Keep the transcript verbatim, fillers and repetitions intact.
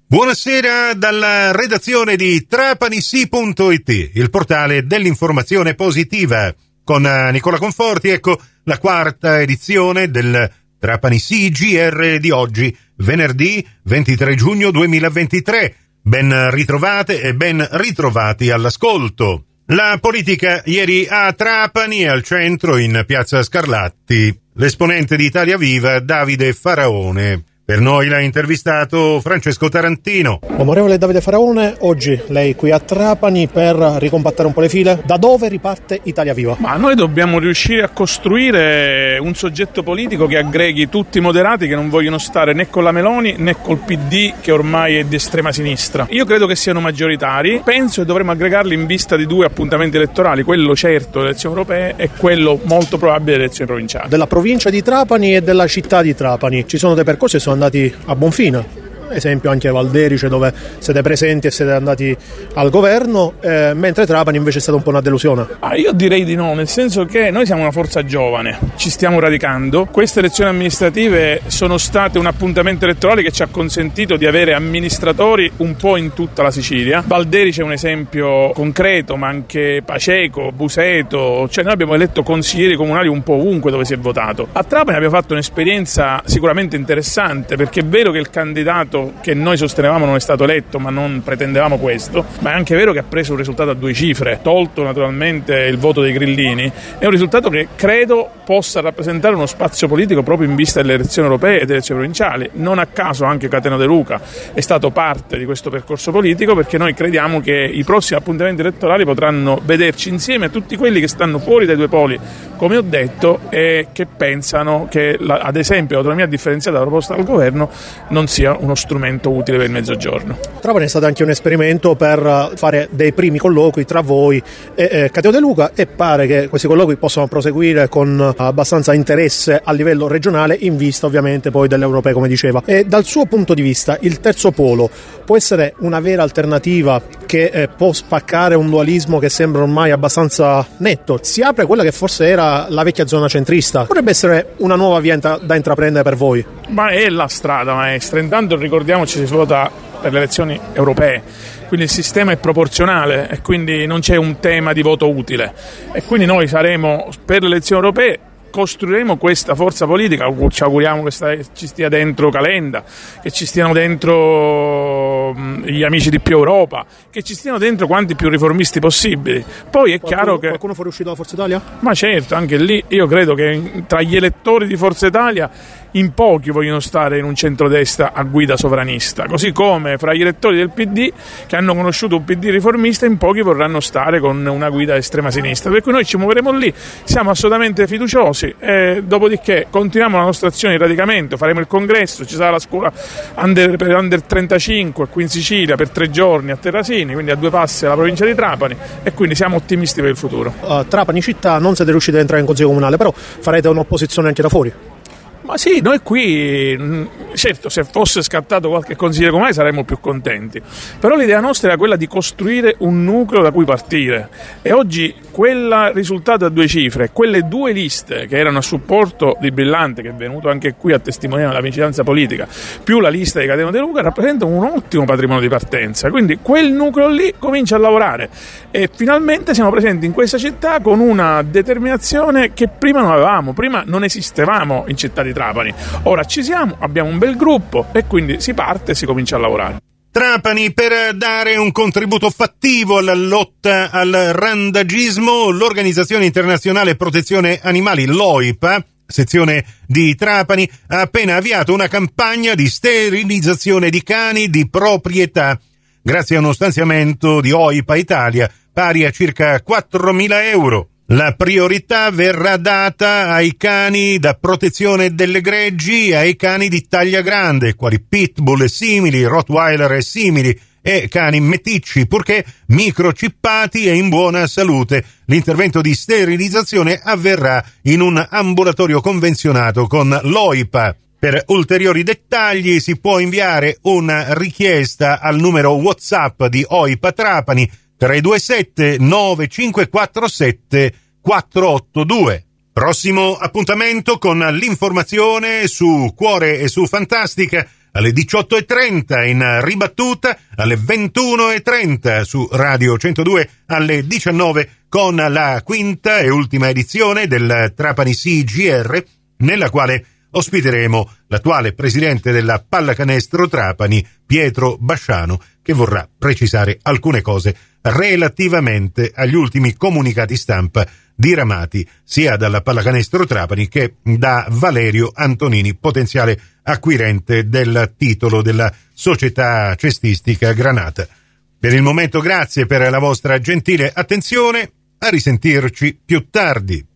Buonasera dalla redazione di Trapanisi punto it, il portale dell'informazione positiva. Con Nicola Conforti, ecco la quarta edizione del Trapanisi G R di oggi, venerdì ventitré giugno duemilaventitré. Ben ritrovate e ben ritrovati all'ascolto. La politica ieri a Trapani, al centro in piazza Scarlatti. L'esponente di Italia Viva, Davide Faraone. Per noi l'ha intervistato Francesco Tarantino. Onorevole Davide Faraone, oggi lei qui a Trapani per ricompattare un po' le file. Da dove riparte Italia Viva? Ma noi dobbiamo riuscire a costruire un soggetto politico che aggreghi tutti i moderati che non vogliono stare né con la Meloni né col P D, che ormai è di estrema sinistra. Io credo che siano maggioritari, penso che dovremmo aggregarli in vista di due appuntamenti elettorali, quello certo delle elezioni europee e quello molto probabile delle elezioni provinciali. Della provincia di Trapani e della città di Trapani ci sono dei percorsi che sono andati a buon fine, esempio anche Valderice, dove siete presenti e siete andati al governo, eh, mentre Trapani invece è stata un po' una delusione. Ah, io direi di no, nel senso che noi siamo una forza giovane, ci stiamo radicando. Queste elezioni amministrative sono state un appuntamento elettorale che ci ha consentito di avere amministratori un po' in tutta la Sicilia. Valderice è un esempio concreto, ma anche Paceco, Buseto, cioè noi abbiamo eletto consiglieri comunali un po' ovunque dove si è votato. A Trapani abbiamo fatto un'esperienza sicuramente interessante, perché è vero che il candidato che noi sostenevamo non è stato eletto, ma non pretendevamo questo, ma è anche vero che ha preso un risultato a due cifre, tolto naturalmente il voto dei grillini. È un risultato che credo possa rappresentare uno spazio politico proprio in vista delle elezioni europee e delle elezioni provinciali. Non a caso anche Cateno De Luca è stato parte di questo percorso politico, perché noi crediamo che i prossimi appuntamenti elettorali potranno vederci insieme a tutti quelli che stanno fuori dai due poli, come ho detto, e che pensano che la, ad esempio l'autonomia differenziata proposta dal governo non sia uno strumento utile per il Mezzogiorno. Trapani è stato anche un esperimento per fare dei primi colloqui tra voi e eh, Cateno De Luca, e pare che questi colloqui possano proseguire con abbastanza interesse a livello regionale, in vista ovviamente poi delle europee, come diceva. E dal suo punto di vista il terzo polo può essere una vera alternativa che eh, può spaccare un dualismo che sembra ormai abbastanza netto? Si apre quella che forse era la vecchia zona centrista, potrebbe essere una nuova via da intraprendere per voi? Ma è la strada maestra. Intanto ricordiamoci, si vota per le elezioni europee, quindi il sistema è proporzionale e quindi non c'è un tema di voto utile, e quindi noi saremo per le elezioni europee, costruiremo questa forza politica. Ci auguriamo che sta, ci stia dentro Calenda, che ci stiano dentro mh, gli amici di Più Europa, che ci stiano dentro quanti più riformisti possibili. Poi è qualcuno, chiaro che qualcuno fuoriuscito da Forza Italia? Ma certo, anche lì io credo che tra gli elettori di Forza Italia in pochi vogliono stare in un centrodestra a guida sovranista, così come fra gli elettori del P D che hanno conosciuto un P D riformista, in pochi vorranno stare con una guida estrema sinistra. Per cui noi ci muoveremo lì, siamo assolutamente fiduciosi, e dopodiché continuiamo la nostra azione di radicamento, faremo il congresso, ci sarà la scuola under, per under trentacinque qui in Sicilia per tre giorni a Terrasini, quindi a due passi dalla provincia di Trapani, e quindi siamo ottimisti per il futuro. Uh, Trapani città non siete riusciti ad entrare in consiglio comunale, però farete un'opposizione anche da fuori? Ma sì, noi qui, certo, se fosse scattato qualche consigliere comunale saremmo più contenti, però l'idea nostra era quella di costruire un nucleo da cui partire, e oggi quella risultato a due cifre, quelle due liste che erano a supporto di Brillante, che è venuto anche qui a testimoniare la vicinanza politica, più la lista di Cateno De Luca, rappresentano un ottimo patrimonio di partenza. Quindi quel nucleo lì comincia a lavorare, e finalmente siamo presenti in questa città con una determinazione che prima non avevamo. Prima non esistevamo in città di Trapani, ora ci siamo, abbiamo un bel gruppo, e quindi si parte e si comincia a lavorare. Trapani per dare un contributo fattivo alla lotta al randagismo. L'Organizzazione Internazionale Protezione Animali, l'O I P A, sezione di Trapani, ha appena avviato una campagna di sterilizzazione di cani di proprietà, grazie a uno stanziamento di O I P A Italia pari a circa quattromila euro. La priorità verrà data ai cani da protezione delle greggi e ai cani di taglia grande, quali pitbull e simili, rottweiler e simili, e cani meticci, purché microchippati e in buona salute. L'intervento di sterilizzazione avverrà in un ambulatorio convenzionato con l'O I P A. Per ulteriori dettagli si può inviare una richiesta al numero WhatsApp di O I P A Trapani tre due sette nove cinque quattro sette quattro otto due. Prossimo appuntamento con l'informazione su Cuore e su Fantastica alle diciotto e trenta, in ribattuta alle ventuno e trenta su Radio centodue alle diciannove con la quinta e ultima edizione del Trapani C G R, nella quale ospiteremo l'attuale presidente della Pallacanestro Trapani, Pietro Basciano, che vorrà precisare alcune cose relativamente agli ultimi comunicati stampa diramati sia dalla Pallacanestro Trapani che da Valerio Antonini, potenziale acquirente del titolo della società cestistica Granata. Per il momento grazie per la vostra gentile attenzione, a risentirci più tardi.